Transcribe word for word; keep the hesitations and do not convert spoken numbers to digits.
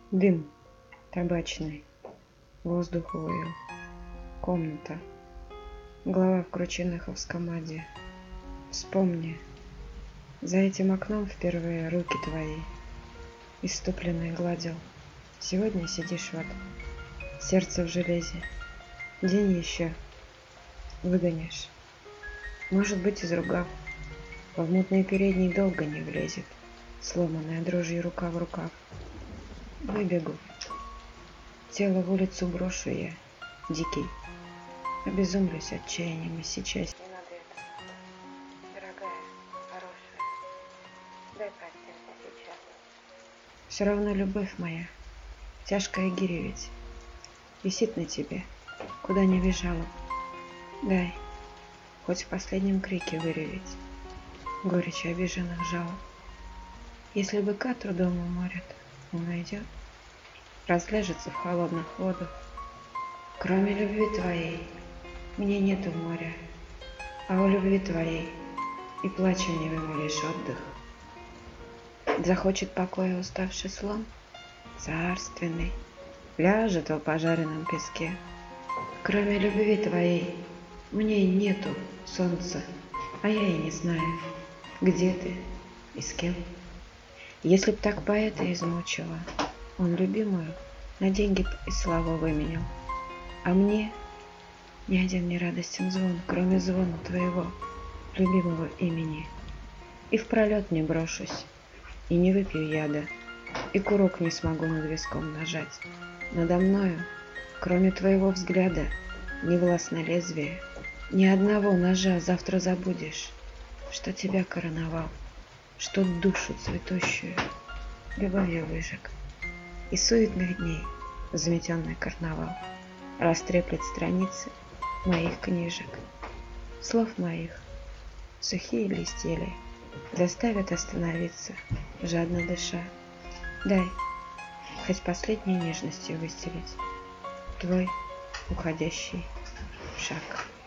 Дым табачный, воздух воил, комната, голова в кручинаховском аде. Вспомни, за этим окном впервые руки твои исступленные гладил. Сегодня сидишь вот, сердце в железе, день еще выгонишь. Может быть, изругав, во мутный передний долго не влезет, сломанная дрожью рука в рукав. Выбегу, тело в улицу брошу я, дикий, обезумлюсь отчаянием и сейчас. Не надо этого, дорогая, хорошая, дай проститься сейчас. Все равно любовь моя, тяжкая гиря ведь, висит на тебе, куда не бежала. Дай, хоть в последнем крике выреветь горечь обиженных жалоб. Если быка трудом уморят, он найдет, разляжется в холодных водах. Кроме любви твоей мне нету моря, а у любви твоей и плачем не ему лишь отдых. Захочет покоя уставший слон, царственный, ляжет во пожаренном песке. Кроме любви твоей мне нету солнца, а я и не знаю, где ты и с кем. Если б так поэта измучила, он любимую на деньги и славу выменял. А мне ни один не радостен звон, кроме звона твоего любимого имени. И в пролет не брошусь, и не выпью яда, и курок не смогу над виском нажать. Надо мною, кроме твоего взгляда, не властно лезвие, ни одного ножа. Завтра забудешь, что тебя короновал, что душу цветущую любовью выжег. И суетных дней заметенный карнавал растреплет страницы моих книжек. Слов моих сухие листья ли заставят остановиться, жадно дыша. Дай хоть последней нежностью выстелить твой уходящий шаг.